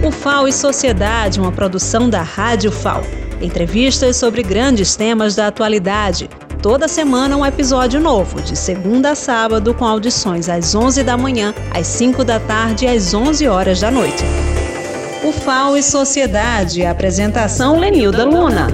O FAO e Sociedade, uma produção da Rádio FAO. Entrevistas sobre grandes temas da atualidade. Toda semana um episódio novo, de segunda a sábado, com audições às 11 da manhã, às 5 da tarde e às 11 horas da noite. O FAO e Sociedade, apresentação Lenilda Luna.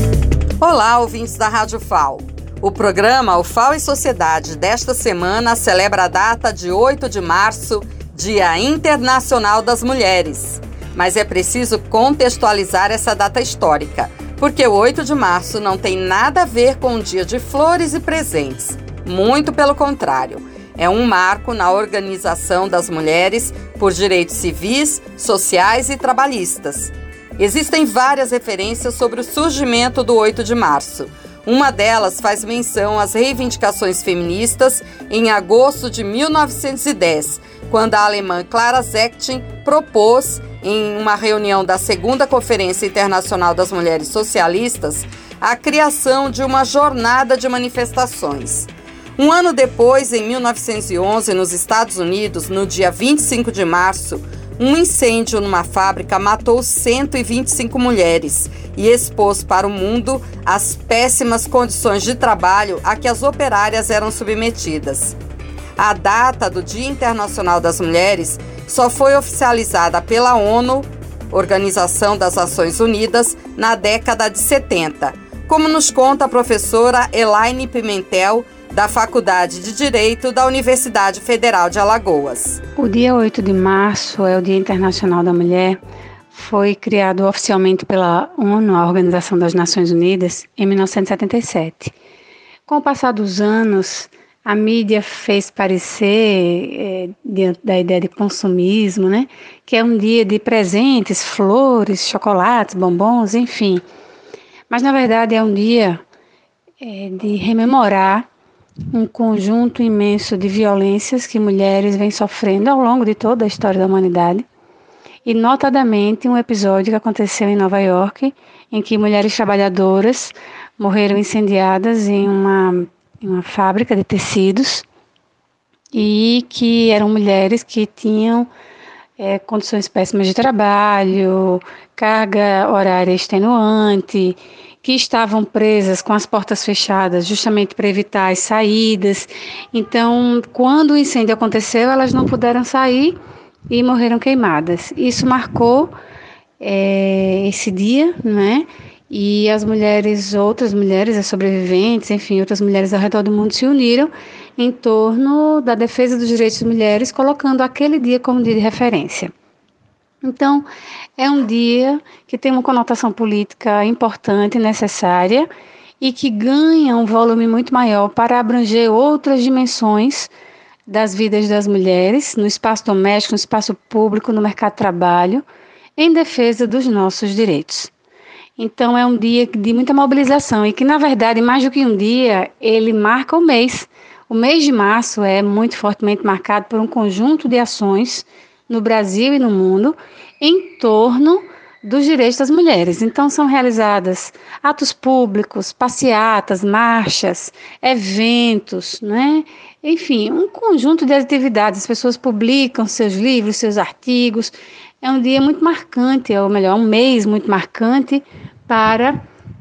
Olá, ouvintes da Rádio FAO. O programa O FAO e Sociedade desta semana celebra a data de 8 de março, Dia Internacional das Mulheres. Mas é preciso contextualizar essa data histórica, porque o 8 de março não tem nada a ver com um dia de flores e presentes. Muito pelo contrário, é um marco na organização das mulheres por direitos civis, sociais e trabalhistas. Existem várias referências sobre o surgimento do 8 de março. Uma delas faz menção às reivindicações feministas em agosto de 1910, quando a alemã Clara Zetkin propôs, em uma reunião da Segunda Conferência Internacional das Mulheres Socialistas, a criação de uma jornada de manifestações. Um ano depois, em 1911, nos Estados Unidos, no dia 25 de março, um incêndio numa fábrica matou 125 mulheres e expôs para o mundo as péssimas condições de trabalho a que as operárias eram submetidas. A data do Dia Internacional das Mulheres só foi oficializada pela ONU, Organização das Nações Unidas, na década de 70, como nos conta a professora Elaine Pimentel, da Faculdade de Direito da Universidade Federal de Alagoas. O dia 8 de março é o Dia Internacional da Mulher. Foi criado oficialmente pela ONU, a Organização das Nações Unidas, em 1977. Com o passar dos anos, a mídia fez parecer, diante da ideia de consumismo, né, que é um dia de presentes, flores, chocolates, bombons, enfim. Mas, na verdade, é um dia de rememorar um conjunto imenso de violências que mulheres vêm sofrendo ao longo de toda a história da humanidade. E, notadamente, um episódio que aconteceu em Nova York, em que mulheres trabalhadoras morreram incendiadas em uma fábrica de tecidos e que eram mulheres que tinham condições péssimas de trabalho, carga horária extenuante, que estavam presas com as portas fechadas justamente para evitar as saídas. Então, quando o incêndio aconteceu, elas não puderam sair e morreram queimadas. Isso marcou esse dia, né? E as mulheres, outras mulheres, as sobreviventes, enfim, outras mulheres ao redor do mundo se uniram em torno da defesa dos direitos das mulheres, colocando aquele dia como dia de referência. Então, é um dia que tem uma conotação política importante, necessária, e que ganha um volume muito maior para abranger outras dimensões das vidas das mulheres, no espaço doméstico, no espaço público, no mercado de trabalho, em defesa dos nossos direitos. Então, é um dia de muita mobilização e que, na verdade, mais do que um dia, ele marca o mês. O mês de março é muito fortemente marcado por um conjunto de ações no Brasil e no mundo em torno dos direitos das mulheres. Então, são realizadas atos públicos, passeatas, marchas, eventos, né? Enfim, um conjunto de atividades. As pessoas publicam seus livros, seus artigos. É um dia muito marcante, ou melhor, um mês muito marcante para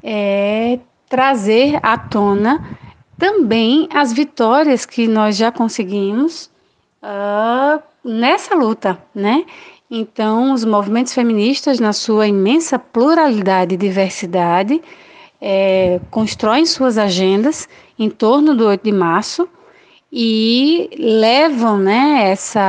trazer à tona também as vitórias que nós já conseguimos nessa luta, né? Então, os movimentos feministas, na sua imensa pluralidade e diversidade, constroem suas agendas em torno do 8 de março e levam, né,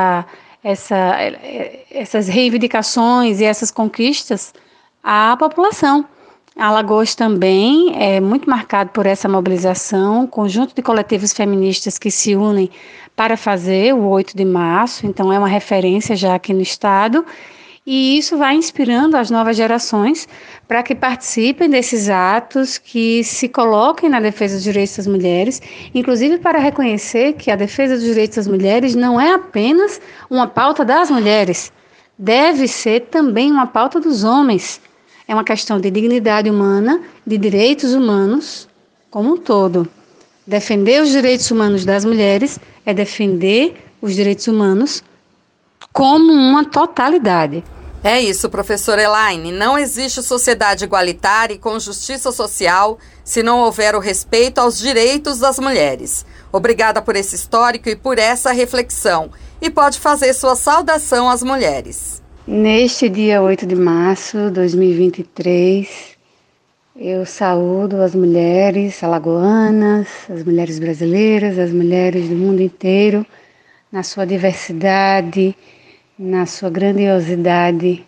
essas reivindicações e essas conquistas à população. Alagoas também é muito marcado por essa mobilização, um conjunto de coletivos feministas que se unem para fazer o 8 de março, então é uma referência já aqui no estado, e isso vai inspirando as novas gerações para que participem desses atos, que se coloquem na defesa dos direitos das mulheres, inclusive para reconhecer que a defesa dos direitos das mulheres não é apenas uma pauta das mulheres, deve ser também uma pauta dos homens. É uma questão de dignidade humana, de direitos humanos como um todo. Defender os direitos humanos das mulheres é defender os direitos humanos como uma totalidade. É isso, professora Elaine. Não existe sociedade igualitária e com justiça social se não houver o respeito aos direitos das mulheres. Obrigada por esse histórico e por essa reflexão. E pode fazer sua saudação às mulheres. Neste dia 8 de março de 2023, eu saúdo as mulheres alagoanas, as mulheres brasileiras, as mulheres do mundo inteiro, na sua diversidade, na sua grandiosidade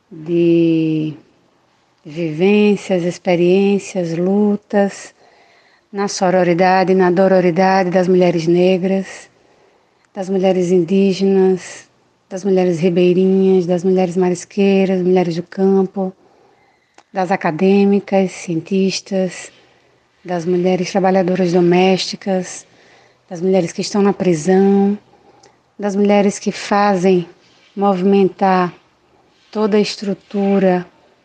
de vivências, experiências, lutas, na sororidade, na dororidade das mulheres negras, das mulheres indígenas, das mulheres ribeirinhas, das mulheres marisqueiras, mulheres do campo, das acadêmicas, cientistas, das mulheres trabalhadoras domésticas, das mulheres que estão na prisão, das mulheres que fazem movimentar toda a estrutura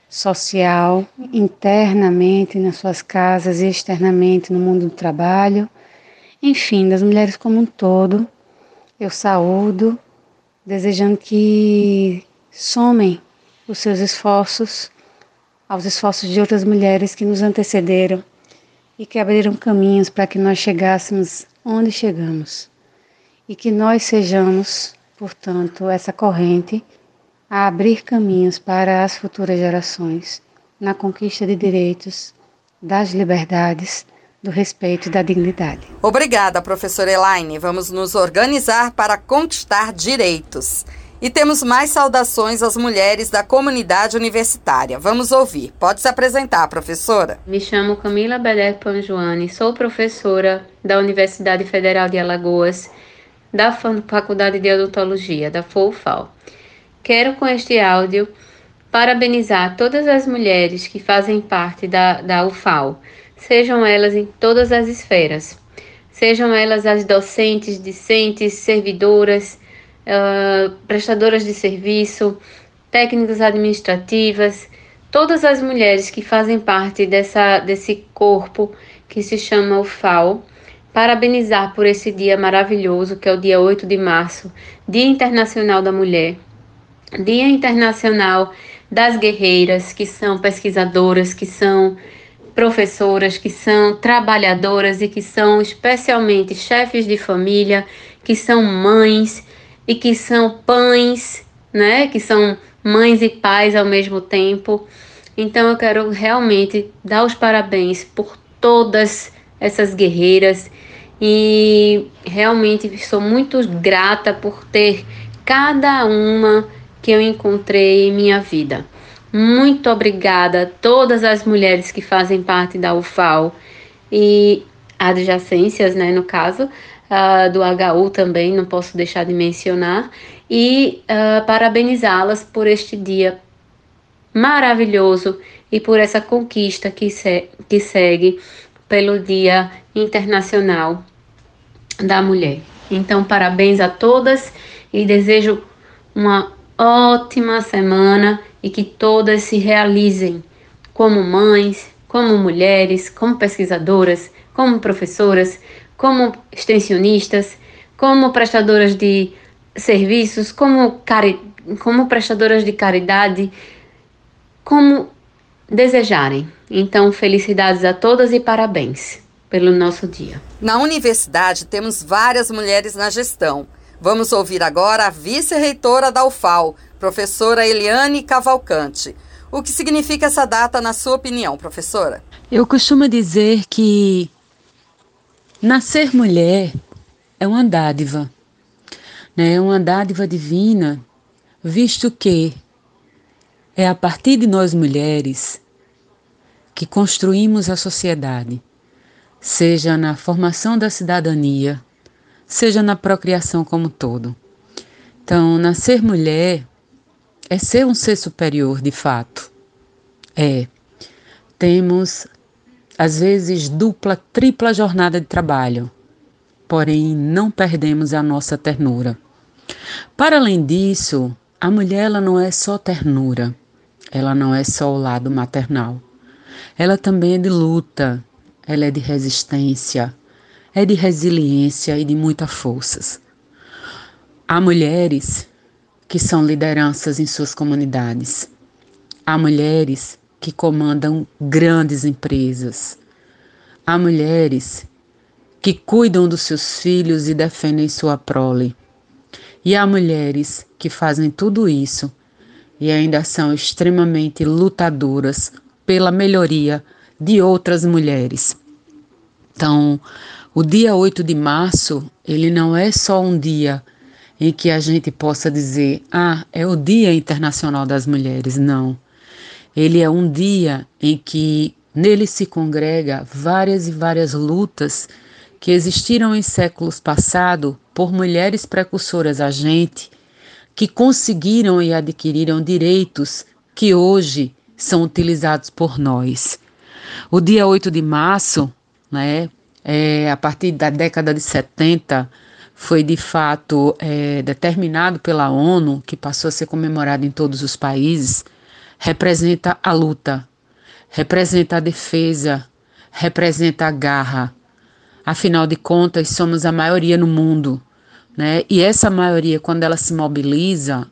social, internamente nas suas casas e externamente no mundo do trabalho. Enfim, das mulheres como um todo, eu saúdo, desejando que somem os seus esforços aos esforços de outras mulheres que nos antecederam e que abriram caminhos para que nós chegássemos onde chegamos. E que nós sejamos, portanto, essa corrente a abrir caminhos para as futuras gerações na conquista de direitos, das liberdades, do respeito e da dignidade. Obrigada, professora Elaine. Vamos nos organizar para conquistar direitos. E temos mais saudações às mulheres da comunidade universitária. Vamos ouvir. Pode se apresentar, professora. Me chamo Camila Beder Panjuani, sou professora da Universidade Federal de Alagoas, da Faculdade de Odontologia, da FOUFAL. Quero com este áudio parabenizar todas as mulheres que fazem parte da UFAL, sejam elas em todas as esferas, sejam elas as docentes, discentes, servidoras, prestadoras de serviço, técnicas administrativas, todas as mulheres que fazem parte desse corpo que se chama UFAL, parabenizar por esse dia maravilhoso, que é o dia 8 de março, Dia Internacional da Mulher, Dia Internacional das Guerreiras, que são pesquisadoras, que são professoras, que são trabalhadoras e que são especialmente chefes de família, que são mães e que são pães, né? Que são mães e pais ao mesmo tempo. Então eu quero realmente dar os parabéns por todas essas guerreiras e realmente sou muito grata por ter cada uma que eu encontrei em minha vida. Muito obrigada a todas as mulheres que fazem parte da UFAL e adjacências, né, no caso, do HU também, não posso deixar de mencionar, e parabenizá-las por este dia maravilhoso e por essa conquista que segue pelo Dia Internacional da Mulher. Então, parabéns a todas e desejo uma ótima semana e que todas se realizem como mães, como mulheres, como pesquisadoras, como professoras, como extensionistas, como prestadoras de serviços, como prestadoras de caridade, como desejarem. Então, felicidades a todas e parabéns pelo nosso dia. Na universidade temos várias mulheres na gestão. Vamos ouvir agora a vice-reitora da UFAL, professora Eliane Cavalcante. O que significa essa data na sua opinião, professora? Eu costumo dizer que nascer mulher é uma dádiva, né? É uma dádiva divina, visto que é a partir de nós mulheres que construímos a sociedade, seja na formação da cidadania, seja na procriação como um todo. Então, nascer mulher é ser um ser superior, de fato. Temos, às vezes, dupla, tripla jornada de trabalho, porém não perdemos a nossa ternura. Para além disso, a mulher ela não é só ternura, ela não é só o lado maternal. Ela também é de luta, ela é de resistência, é de resiliência e de muitas forças. Há mulheres que são lideranças em suas comunidades. Há mulheres que comandam grandes empresas. Há mulheres que cuidam dos seus filhos e defendem sua prole. E há mulheres que fazem tudo isso e ainda são extremamente lutadoras pela melhoria de outras mulheres. Então, o dia 8 de março, ele não é só um dia em que a gente possa dizer, é o Dia Internacional das Mulheres. Não. Ele é um dia em que nele se congrega várias e várias lutas que existiram em séculos passados por mulheres precursoras a gente, que conseguiram e adquiriram direitos que hoje são utilizados por nós. O dia 8 de março, a partir da década de 70, foi de fato determinado pela ONU, que passou a ser comemorado em todos os países, representa a luta, representa a defesa, representa a garra. Afinal de contas, somos a maioria no mundo, né? E essa maioria, quando ela se mobiliza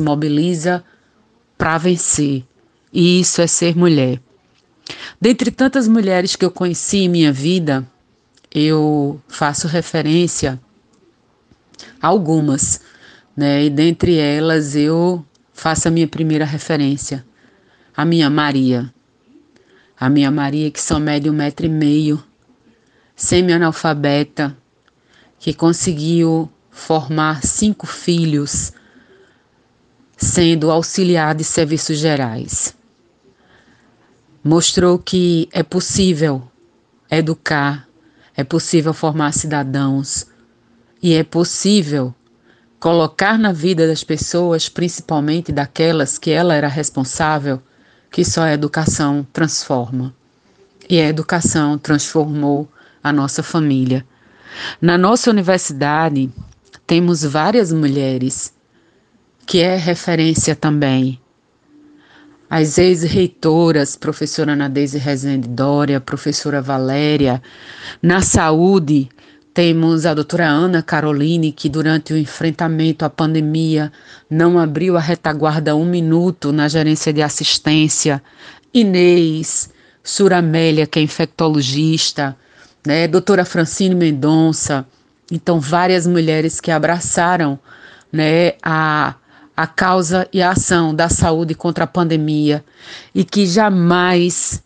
para vencer. E isso é ser mulher. Dentre tantas mulheres que eu conheci em minha vida, eu faço referência a algumas, né? E dentre elas eu faço a minha primeira referência, a minha Maria. A minha Maria, que só mede 1,5 m, semi-analfabeta, que conseguiu formar 5 filhos, sendo auxiliar de serviços gerais. Mostrou que é possível educar, é possível formar cidadãos e é possível colocar na vida das pessoas, principalmente daquelas que ela era responsável, que só a educação transforma. E a educação transformou a nossa família. Na nossa universidade, temos várias mulheres que é referência também. As ex-reitoras, professora Ana Deise Rezende Dória, professora Valéria. Na saúde, temos a doutora Ana Caroline, que durante o enfrentamento à pandemia não abriu a retaguarda 1 minuto na gerência de assistência. Inês, Suramélia, que é infectologista, né? Doutora Francine Mendonça. Então, várias mulheres que abraçaram, né, a causa e a ação da saúde contra a pandemia e que jamais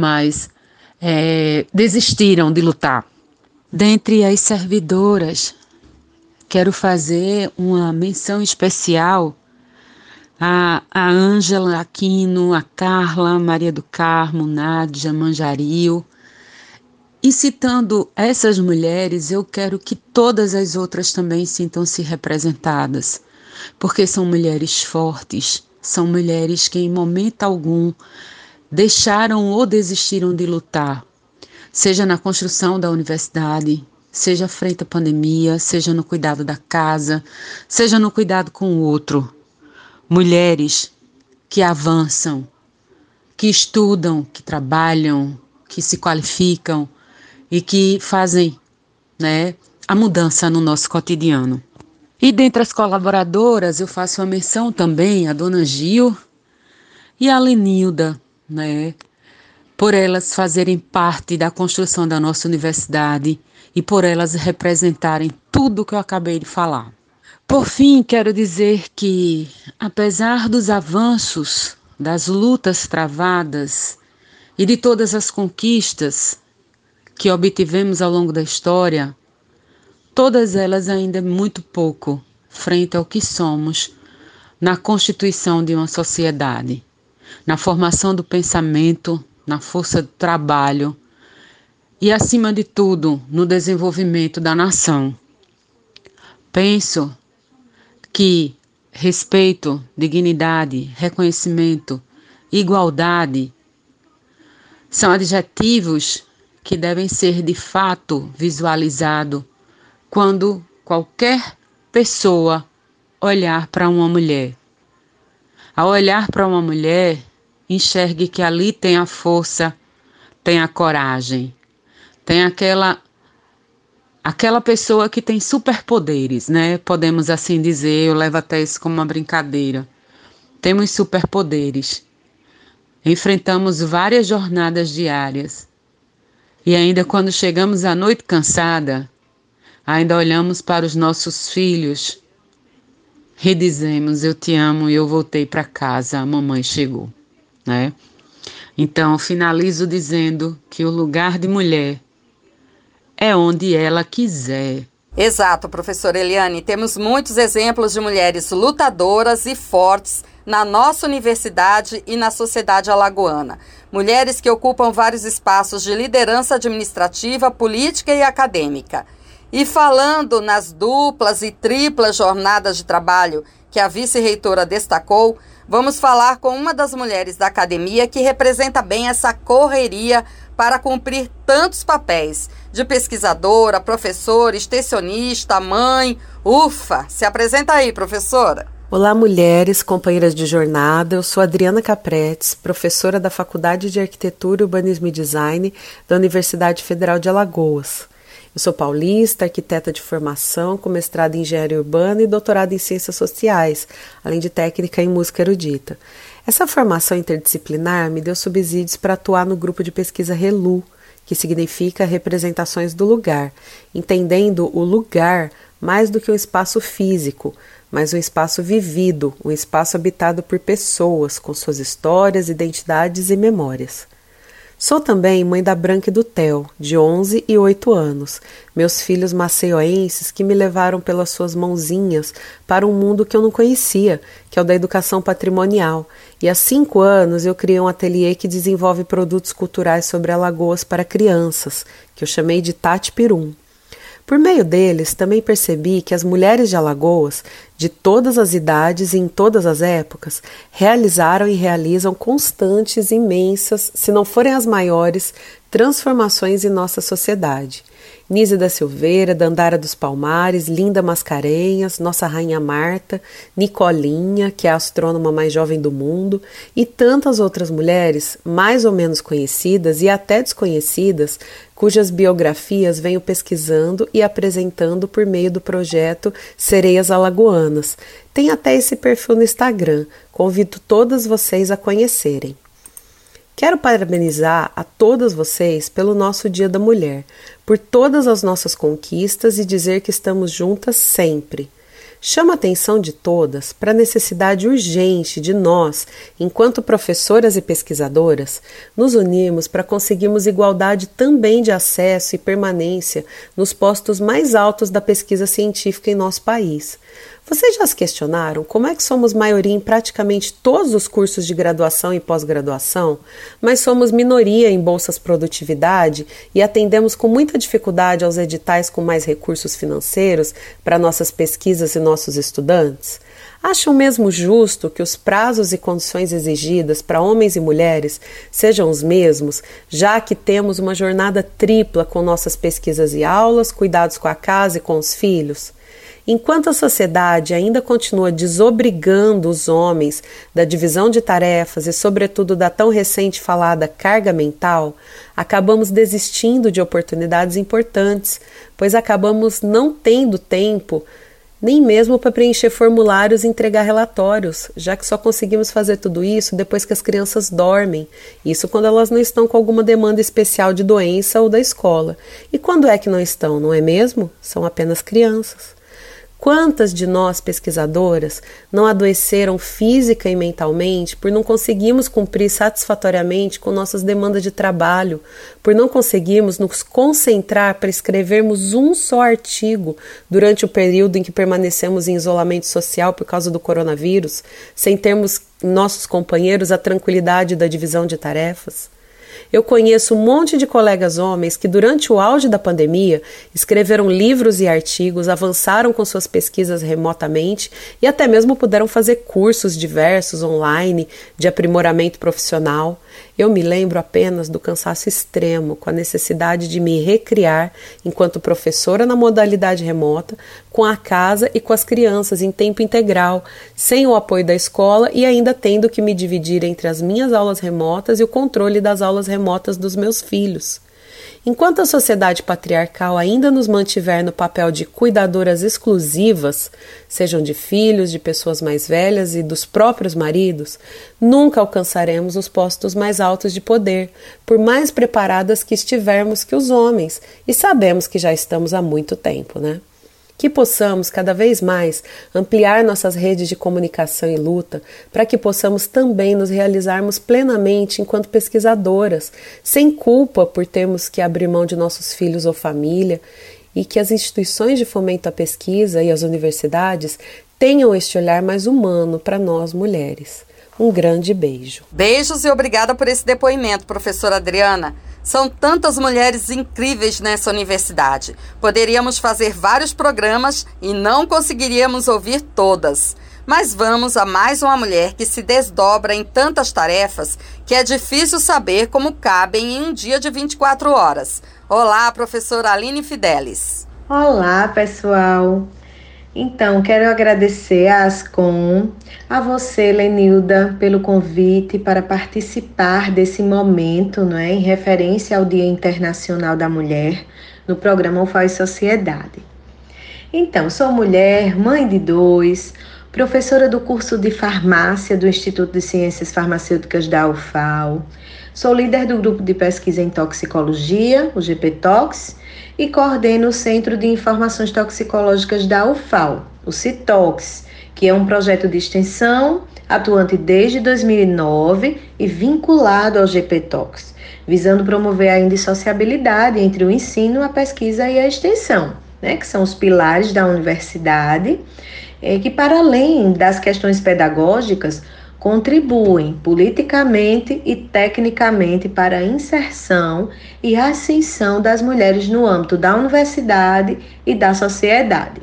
desistiram de lutar. Dentre as servidoras, quero fazer uma menção especial a Ângela Aquino, a Carla, Maria do Carmo, Nádia, Manjaril. E citando essas mulheres, eu quero que todas as outras também sintam-se representadas, porque são mulheres fortes, são mulheres que em momento algum deixaram ou desistiram de lutar, seja na construção da universidade, seja frente à pandemia, seja no cuidado da casa, seja no cuidado com o outro. Mulheres que avançam, que estudam, que trabalham, que se qualificam e que fazem, né, a mudança no nosso cotidiano. E dentre as colaboradoras, eu faço uma menção também à dona Gil e à Lenilda, né, por elas fazerem parte da construção da nossa universidade e por elas representarem tudo o que eu acabei de falar. Por fim, quero dizer que, apesar dos avanços, das lutas travadas e de todas as conquistas que obtivemos ao longo da história, todas elas ainda é muito pouco frente ao que somos na constituição de uma sociedade, na formação do pensamento, na força do trabalho e, acima de tudo, no desenvolvimento da nação. Penso que respeito, dignidade, reconhecimento, igualdade são adjetivos que devem ser de fato visualizados quando qualquer pessoa olhar para uma mulher. Ao olhar para uma mulher, enxergue que ali tem a força, tem a coragem, tem aquela aquela pessoa que tem superpoderes, né? Podemos assim dizer, eu levo até isso como uma brincadeira. Temos superpoderes. Enfrentamos várias jornadas diárias. E ainda quando chegamos à noite cansada, ainda olhamos para os nossos filhos e dizemos, eu te amo e eu voltei para casa, a mamãe chegou, né? Então, finalizo dizendo que o lugar de mulher é onde ela quiser. Exato, professora Eliane. Temos muitos exemplos de mulheres lutadoras e fortes na nossa universidade e na sociedade alagoana. Mulheres que ocupam vários espaços de liderança administrativa, política e acadêmica. E falando nas duplas e triplas jornadas de trabalho que a vice-reitora destacou, vamos falar com uma das mulheres da academia que representa bem essa correria para cumprir tantos papéis, de pesquisadora, professora, extensionista, mãe. Ufa! Se apresenta aí, professora. Olá, mulheres, companheiras de jornada. Eu sou Adriana Capretes, professora da Faculdade de Arquitetura, Urbanismo e Design da Universidade Federal de Alagoas. Eu sou paulista, arquiteta de formação, com mestrado em engenharia urbana e doutorado em ciências sociais, além de técnica em música erudita. Essa formação interdisciplinar me deu subsídios para atuar no grupo de pesquisa RELU, que significa Representações do Lugar, entendendo o lugar mais do que um espaço físico, mas um espaço vivido, um espaço habitado por pessoas, com suas histórias, identidades e memórias. Sou também mãe da Branca e do Theo, de 11 e 8 anos, meus filhos maceioenses que me levaram pelas suas mãozinhas para um mundo que eu não conhecia, que é o da educação patrimonial. E há 5 anos eu criei um ateliê que desenvolve produtos culturais sobre Alagoas para crianças, que eu chamei de Tati Pirum. Por meio deles, também percebi que as mulheres de Alagoas, de todas as idades e em todas as épocas, realizaram e realizam constantes, imensas, se não forem as maiores, transformações em nossa sociedade. Nise da Silveira, Dandara dos Palmares, Linda Mascarenhas, nossa Rainha Marta, Nicolinha, que é a astrônoma mais jovem do mundo, e tantas outras mulheres, mais ou menos conhecidas e até desconhecidas, cujas biografias venho pesquisando e apresentando por meio do projeto Sereias Alagoanas. Tem até esse perfil no Instagram, convido todas vocês a conhecerem. Quero parabenizar a todas vocês pelo nosso Dia da Mulher, por todas as nossas conquistas e dizer que estamos juntas sempre. Chamo a atenção de todas para a necessidade urgente de nós, enquanto professoras e pesquisadoras, nos unirmos para conseguirmos igualdade também de acesso e permanência nos postos mais altos da pesquisa científica em nosso país. Vocês já se questionaram como é que somos maioria em praticamente todos os cursos de graduação e pós-graduação, mas somos minoria em bolsas produtividade e atendemos com muita dificuldade aos editais com mais recursos financeiros para nossas pesquisas e nossos estudantes? Acham mesmo justo que os prazos e condições exigidas para homens e mulheres sejam os mesmos, já que temos uma jornada tripla com nossas pesquisas e aulas, cuidados com a casa e com os filhos? Enquanto a sociedade ainda continua desobrigando os homens da divisão de tarefas e, sobretudo, da tão recente falada carga mental, acabamos desistindo de oportunidades importantes, pois acabamos não tendo tempo nem mesmo para preencher formulários e entregar relatórios, já que só conseguimos fazer tudo isso depois que as crianças dormem, isso quando elas não estão com alguma demanda especial de doença ou da escola. E quando é que não estão, não é mesmo? São apenas crianças. Quantas de nós, pesquisadoras, não adoeceram física e mentalmente por não conseguirmos cumprir satisfatoriamente com nossas demandas de trabalho, por não conseguirmos nos concentrar para escrevermos um só artigo durante o período em que permanecemos em isolamento social por causa do coronavírus, sem termos nossos companheiros a tranquilidade da divisão de tarefas? Eu conheço um monte de colegas homens que durante o auge da pandemia escreveram livros e artigos, avançaram com suas pesquisas remotamente e até mesmo puderam fazer cursos diversos online de aprimoramento profissional. Eu me lembro apenas do cansaço extremo, com a necessidade de me recriar enquanto professora na modalidade remota, com a casa e com as crianças em tempo integral, sem o apoio da escola e ainda tendo que me dividir entre as minhas aulas remotas e o controle das aulas remotas dos meus filhos. Enquanto a sociedade patriarcal ainda nos mantiver no papel de cuidadoras exclusivas, sejam de filhos, de pessoas mais velhas e dos próprios maridos, nunca alcançaremos os postos mais altos de poder, por mais preparadas que estivermos que os homens, e sabemos que já estamos há muito tempo, né? Que possamos cada vez mais ampliar nossas redes de comunicação e luta para que possamos também nos realizarmos plenamente enquanto pesquisadoras, sem culpa por termos que abrir mão de nossos filhos ou família, e que as instituições de fomento à pesquisa e as universidades tenham este olhar mais humano para nós mulheres. Um grande beijo. Beijos e obrigada por esse depoimento, professora Adriana. São tantas mulheres incríveis nessa universidade. Poderíamos fazer vários programas e não conseguiríamos ouvir todas. Mas vamos a mais uma mulher que se desdobra em tantas tarefas que é difícil saber como cabem em um dia de 24 horas. Olá, professora Aline Fidelis. Olá, pessoal. Então, quero agradecer à Ascom, a você, Lenilda, pelo convite para participar desse momento, em referência ao Dia Internacional da Mulher, no programa UFAO e Sociedade. Então, sou mulher, mãe de 2, professora do curso de farmácia do Instituto de Ciências Farmacêuticas da UFAO, sou líder do grupo de pesquisa em toxicologia, o GPTox, e coordeno o Centro de Informações Toxicológicas da UFAO, o CITOX, que é um projeto de extensão atuante desde 2009 e vinculado ao GPTox, visando promover a indissociabilidade entre o ensino, a pesquisa e a extensão, que são os pilares da universidade, que para além das questões pedagógicas, contribuem politicamente e tecnicamente para a inserção e ascensão das mulheres no âmbito da universidade e da sociedade.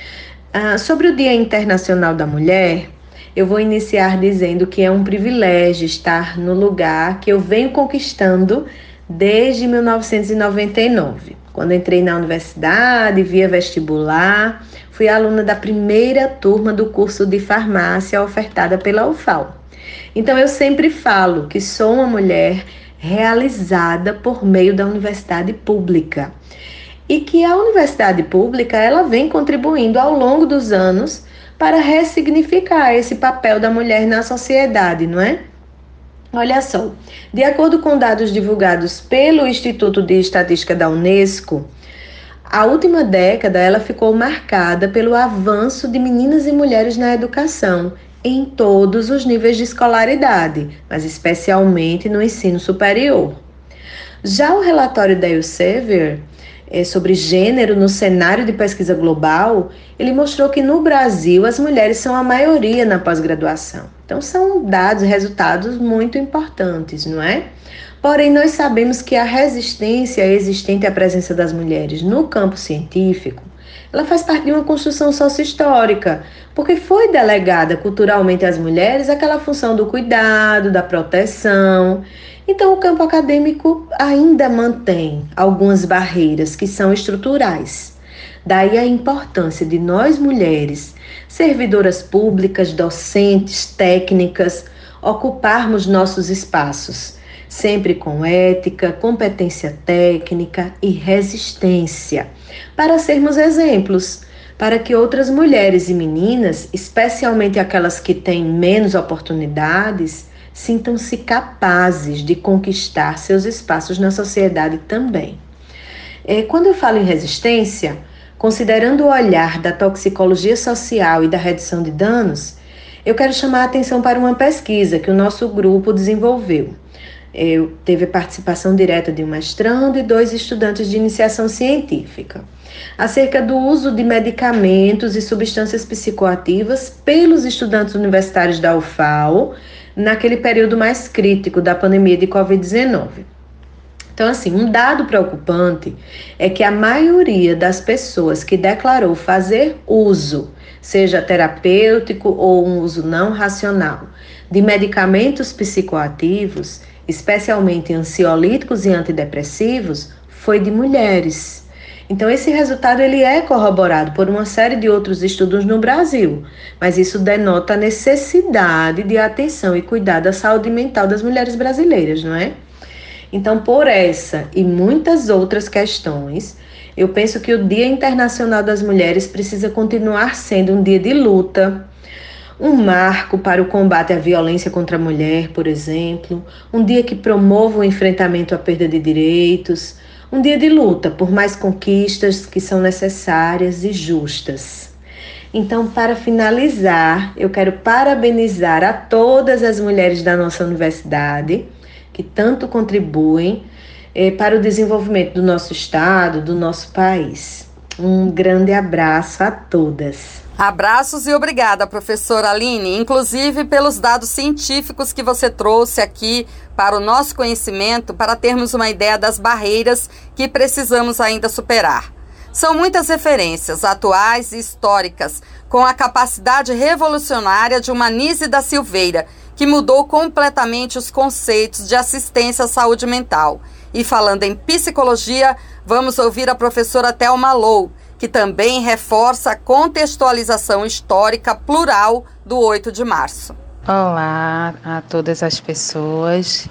Sobre o Dia Internacional da Mulher, eu vou iniciar dizendo que é um privilégio estar no lugar que eu venho conquistando desde 1999. Quando entrei na universidade, via vestibular, fui aluna da primeira turma do curso de farmácia ofertada pela UFAO. Então, eu sempre falo que sou uma mulher realizada por meio da universidade pública. E que a universidade pública, ela vem contribuindo ao longo dos anos para ressignificar esse papel da mulher na sociedade, não é? Olha só, de acordo com dados divulgados pelo Instituto de Estatística da Unesco, a última década ela ficou marcada pelo avanço de meninas e mulheres na educação, em todos os níveis de escolaridade, mas especialmente no ensino superior. Já o relatório da Elsevier sobre gênero no cenário de pesquisa global, ele mostrou que no Brasil as mulheres são a maioria na pós-graduação. Então são dados, resultados muito importantes, não é? Porém, nós sabemos que a resistência existente à presença das mulheres no campo científico, ela faz parte de uma construção sócio-histórica, porque foi delegada culturalmente às mulheres aquela função do cuidado, da proteção. Então, o campo acadêmico ainda mantém algumas barreiras que são estruturais. Daí a importância de nós mulheres, servidoras públicas, docentes, técnicas, ocuparmos nossos espaços, sempre com ética, competência técnica e resistência, para sermos exemplos, para que outras mulheres e meninas, especialmente aquelas que têm menos oportunidades, sintam-se capazes de conquistar seus espaços na sociedade também. Quando eu falo em resistência, considerando o olhar da toxicologia social e da redução de danos, eu quero chamar a atenção para uma pesquisa que o nosso grupo desenvolveu. Teve participação direta de um mestrando e 2 estudantes de iniciação científica, acerca do uso de medicamentos e substâncias psicoativas pelos estudantes universitários da UFAO naquele período mais crítico da pandemia de Covid-19. Então, assim, um dado preocupante é que a maioria das pessoas que declarou fazer uso, seja terapêutico ou um uso não racional, de medicamentos psicoativos, especialmente ansiolíticos e antidepressivos, foi de mulheres. Então, esse resultado ele é corroborado por uma série de outros estudos no Brasil, mas isso denota a necessidade de atenção e cuidado à saúde mental das mulheres brasileiras, não é? Então, por essa e muitas outras questões, eu penso que o Dia Internacional das Mulheres precisa continuar sendo um dia de luta, um marco para o combate à violência contra a mulher, por exemplo, um dia que promova o enfrentamento à perda de direitos, um dia de luta por mais conquistas que são necessárias e justas. Então, para finalizar, eu quero parabenizar a todas as mulheres da nossa universidade que tanto contribuem para o desenvolvimento do nosso estado, do nosso país. Um grande abraço a todas. Abraços e obrigada, professora Aline, inclusive pelos dados científicos que você trouxe aqui para o nosso conhecimento, para termos uma ideia das barreiras que precisamos ainda superar. São muitas referências atuais e históricas, com a capacidade revolucionária de uma Nise da Silveira, que mudou completamente os conceitos de assistência à saúde mental. E falando em psicologia, vamos ouvir a professora Thelma Low, que também reforça a contextualização histórica plural do 8 de março. Olá a todas as pessoas,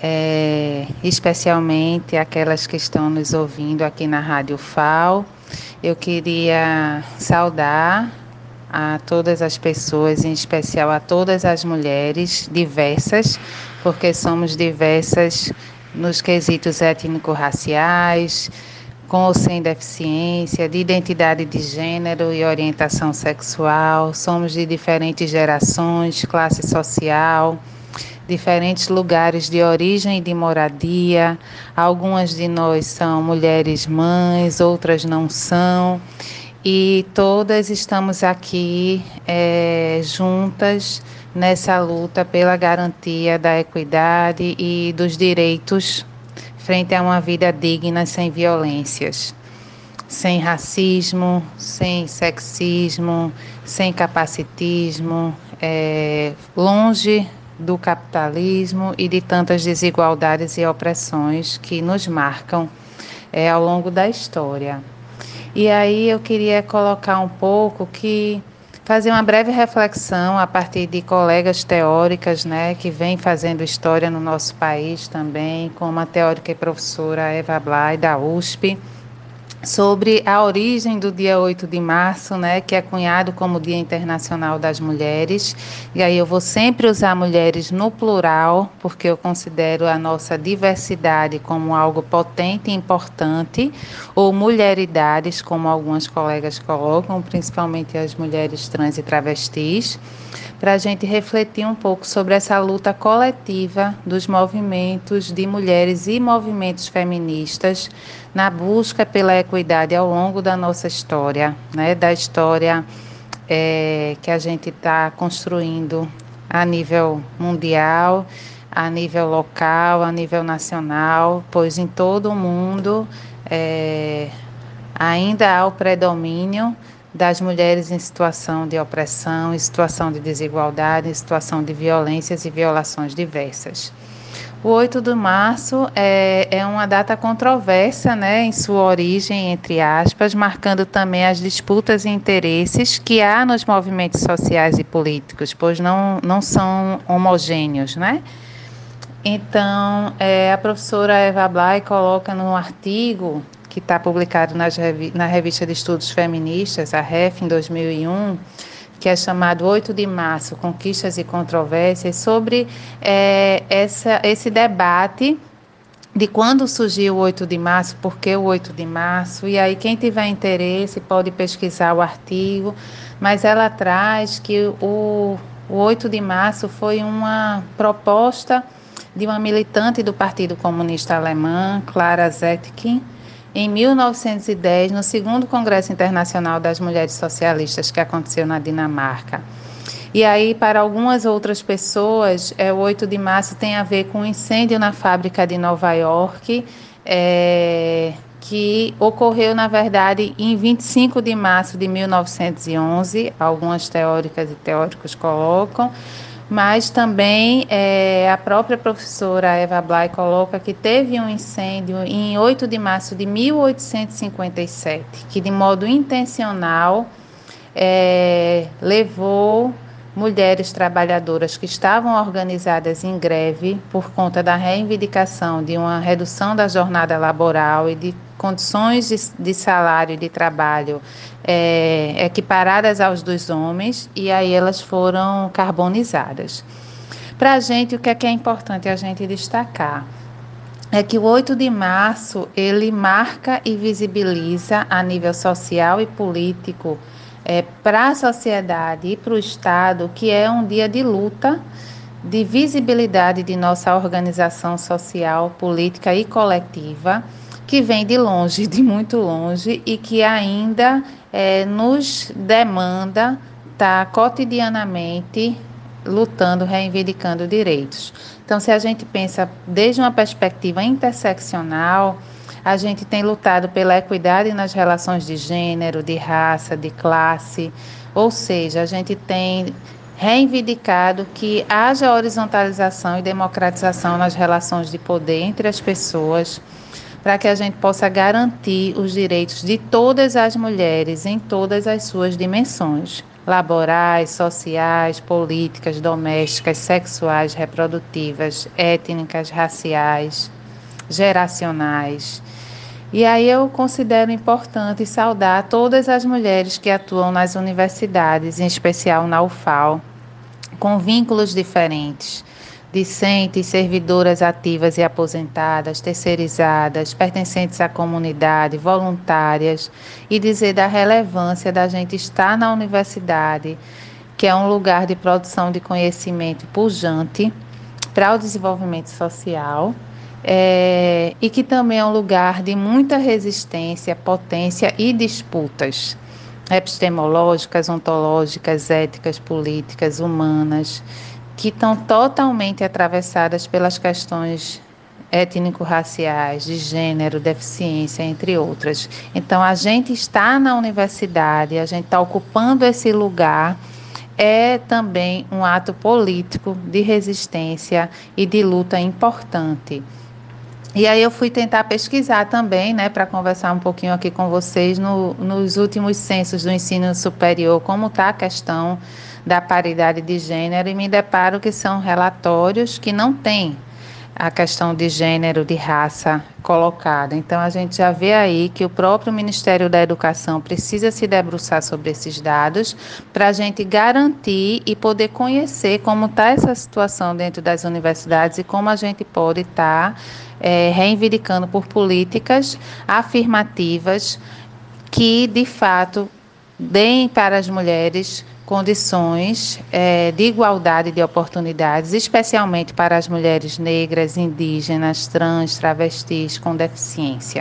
especialmente aquelas que estão nos ouvindo aqui na Rádio FAO. Eu queria saudar a todas as pessoas, em especial a todas as mulheres diversas, porque somos diversas nos quesitos étnico-raciais, com ou sem deficiência, de identidade de gênero e orientação sexual. Somos de diferentes gerações, classe social, diferentes lugares de origem e de moradia. Algumas de nós são mulheres mães, outras não são. E todas estamos aqui juntas nessa luta pela garantia da equidade e dos direitos frente a uma vida digna sem violências, sem racismo, sem sexismo, sem capacitismo, longe do capitalismo e de tantas desigualdades e opressões que nos marcam ao longo da história. E aí eu queria colocar um pouco fazer uma breve reflexão a partir de colegas teóricas, que vêm fazendo história no nosso país também, como a teórica e professora Eva Blay, da USP, sobre a origem do dia 8 de março, que é cunhado como Dia Internacional das Mulheres. E aí eu vou sempre usar mulheres no plural, porque eu considero a nossa diversidade como algo potente e importante, ou mulheridades, como algumas colegas colocam, principalmente as mulheres trans e travestis, para a gente refletir um pouco sobre essa luta coletiva dos movimentos de mulheres e movimentos feministas na busca pela equidade ao longo da nossa história, da história que a gente está construindo a nível mundial, a nível local, a nível nacional, pois em todo o mundo ainda há o predomínio das mulheres em situação de opressão, em situação de desigualdade, em situação de violências e violações diversas. O 8 de março é uma data controversa, em sua origem, entre aspas, marcando também as disputas e interesses que há nos movimentos sociais e políticos, pois não são homogêneos, Então, a professora Eva Blay coloca no artigo que está publicado na Revista de Estudos Feministas, a REF, em 2001, que é chamado 8 de março, Conquistas e Controvérsias, sobre esse debate de quando surgiu o 8 de março, por que o 8 de março, e aí quem tiver interesse pode pesquisar o artigo, mas ela traz que o 8 de março foi uma proposta de uma militante do Partido Comunista Alemã, Clara Zetkin, em 1910, no segundo Congresso Internacional das Mulheres Socialistas, que aconteceu na Dinamarca. E aí, para algumas outras pessoas, o 8 de março tem a ver com um incêndio na fábrica de Nova York, que ocorreu, na verdade, em 25 de março de 1911, algumas teóricas e teóricos colocam, mas também a própria professora Eva Blay coloca que teve um incêndio em 8 de março de 1857, que de modo intencional levou mulheres trabalhadoras que estavam organizadas em greve por conta da reivindicação de uma redução da jornada laboral e de condições de salário e de trabalho equiparadas aos dos homens, e aí elas foram carbonizadas. Para a gente, o que é importante a gente destacar é que o 8 de março, ele marca e visibiliza a nível social e político para a sociedade e para o Estado, que é um dia de luta, de visibilidade de nossa organização social, política e coletiva, que vem de longe, de muito longe, e que ainda nos demanda estar cotidianamente lutando, reivindicando direitos. Então, se a gente pensa desde uma perspectiva interseccional, a gente tem lutado pela equidade nas relações de gênero, de raça, de classe, ou seja, a gente tem reivindicado que haja horizontalização e democratização nas relações de poder entre as pessoas, para que a gente possa garantir os direitos de todas as mulheres em todas as suas dimensões, laborais, sociais, políticas, domésticas, sexuais, reprodutivas, étnicas, raciais, geracionais. E aí eu considero importante saudar todas as mulheres que atuam nas universidades, em especial na UFAL, com vínculos diferentes, discentes, servidoras ativas e aposentadas, terceirizadas, pertencentes à comunidade, voluntárias, e dizer da relevância da gente estar na universidade, que é um lugar de produção de conhecimento pujante para o desenvolvimento social, e que também é um lugar de muita resistência, potência e disputas epistemológicas, ontológicas, éticas, políticas, humanas, que estão totalmente atravessadas pelas questões étnico-raciais, de gênero, deficiência, entre outras. Então, a gente está na universidade, a gente está ocupando esse lugar, é também um ato político de resistência e de luta importante. E aí eu fui tentar pesquisar também, para conversar um pouquinho aqui com vocês, nos últimos censos do ensino superior, como está a questão da paridade de gênero, e me deparo que são relatórios que não têm a questão de gênero, de raça colocada. Então, a gente já vê aí que o próprio Ministério da Educação precisa se debruçar sobre esses dados para a gente garantir e poder conhecer como está essa situação dentro das universidades e como a gente pode estar reivindicando por políticas afirmativas que, de fato, deem para as mulheres condições de igualdade de oportunidades, especialmente para as mulheres negras, indígenas, trans, travestis com deficiência.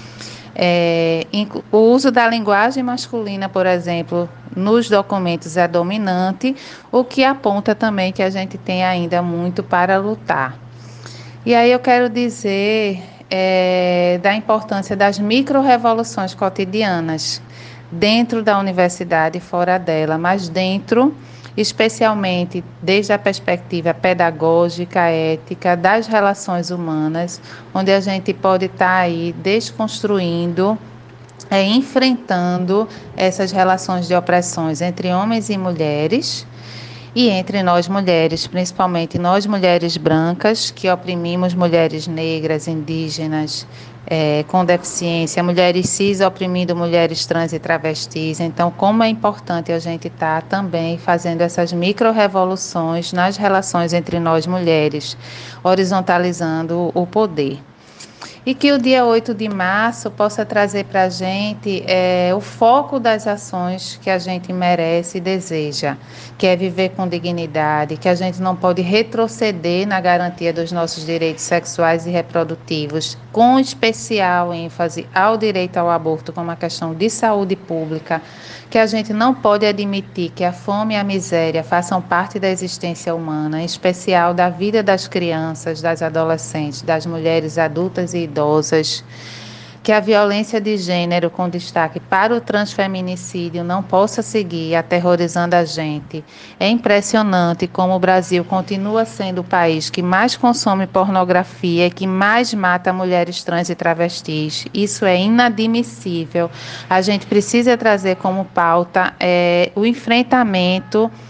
O uso da linguagem masculina, por exemplo, nos documentos é dominante, o que aponta também que a gente tem ainda muito para lutar. E aí eu quero dizer da importância das micro-revoluções cotidianas, dentro da universidade e fora dela, mas dentro, especialmente desde a perspectiva pedagógica, ética, das relações humanas, onde a gente pode estar aí desconstruindo, enfrentando essas relações de opressões entre homens e mulheres, e entre nós mulheres, principalmente nós mulheres brancas, que oprimimos mulheres negras, indígenas, com deficiência, mulheres cis oprimindo mulheres trans e travestis. Então, como é importante a gente estar também fazendo essas micro-revoluções nas relações entre nós mulheres, horizontalizando o poder. E que o dia 8 de março possa trazer para a gente o foco das ações que a gente merece e deseja, que é viver com dignidade, que a gente não pode retroceder na garantia dos nossos direitos sexuais e reprodutivos, com especial ênfase ao direito ao aborto como uma questão de saúde pública, que a gente não pode admitir que a fome e a miséria façam parte da existência humana, em especial da vida das crianças, das adolescentes, das mulheres adultas e idosas, que a violência de gênero com destaque para o transfeminicídio não possa seguir aterrorizando a gente. É impressionante como o Brasil continua sendo o país que mais consome pornografia e que mais mata mulheres trans e travestis. Isso é inadmissível. A gente precisa trazer como pauta o enfrentamento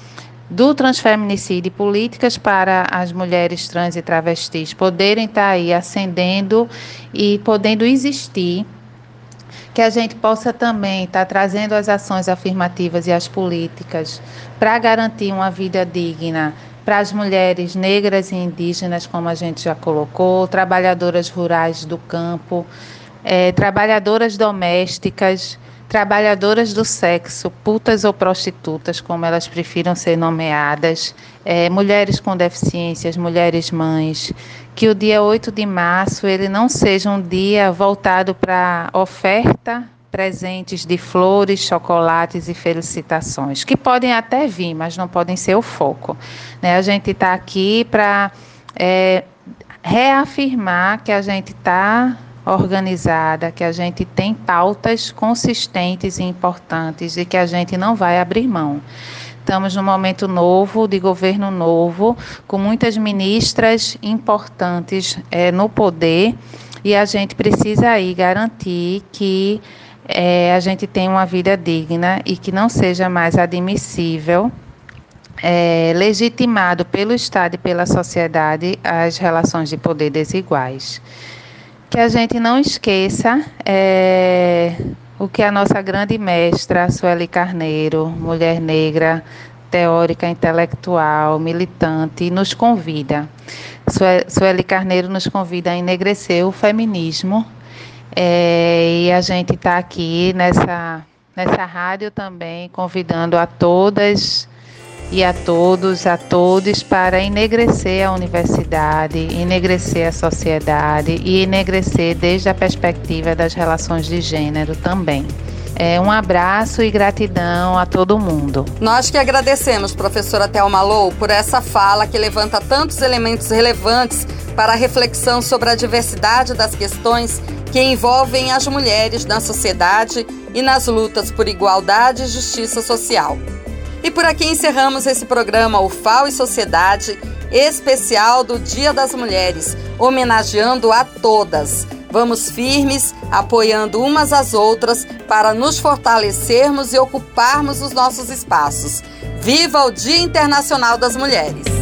do transfeminicídio e políticas para as mulheres trans e travestis poderem estar aí ascendendo e podendo existir, que a gente possa também estar trazendo as ações afirmativas e as políticas para garantir uma vida digna para as mulheres negras e indígenas, como a gente já colocou, trabalhadoras rurais do campo, trabalhadoras domésticas, trabalhadoras do sexo, putas ou prostitutas, como elas prefiram ser nomeadas, mulheres com deficiências, mulheres mães, que o dia 8 de março ele não seja um dia voltado para oferta, presentes de flores, chocolates e felicitações, que podem até vir, mas não podem ser o foco, né? A gente está aqui para reafirmar que a gente está organizada, que a gente tem pautas consistentes e importantes e que a gente não vai abrir mão. Estamos num momento novo, de governo novo, com muitas ministras importantes no poder, e a gente precisa aí garantir que a gente tenha uma vida digna e que não seja mais admissível, legitimado pelo Estado e pela sociedade, as relações de poder desiguais. Que a gente não esqueça o que a nossa grande mestra, Sueli Carneiro, mulher negra, teórica, intelectual, militante, nos convida. Sueli Carneiro nos convida a enegrecer o feminismo, e a gente está aqui nessa rádio também convidando a todas e a todos, a todos, para enegrecer a universidade, enegrecer a sociedade e enegrecer desde a perspectiva das relações de gênero também. Um abraço e gratidão a todo mundo. Nós que agradecemos, professora Thelma Low, por essa fala que levanta tantos elementos relevantes para a reflexão sobre a diversidade das questões que envolvem as mulheres na sociedade e nas lutas por igualdade e justiça social. E por aqui encerramos esse programa UFAO e Sociedade, especial do Dia das Mulheres, homenageando a todas. Vamos firmes, apoiando umas às outras para nos fortalecermos e ocuparmos os nossos espaços. Viva o Dia Internacional das Mulheres!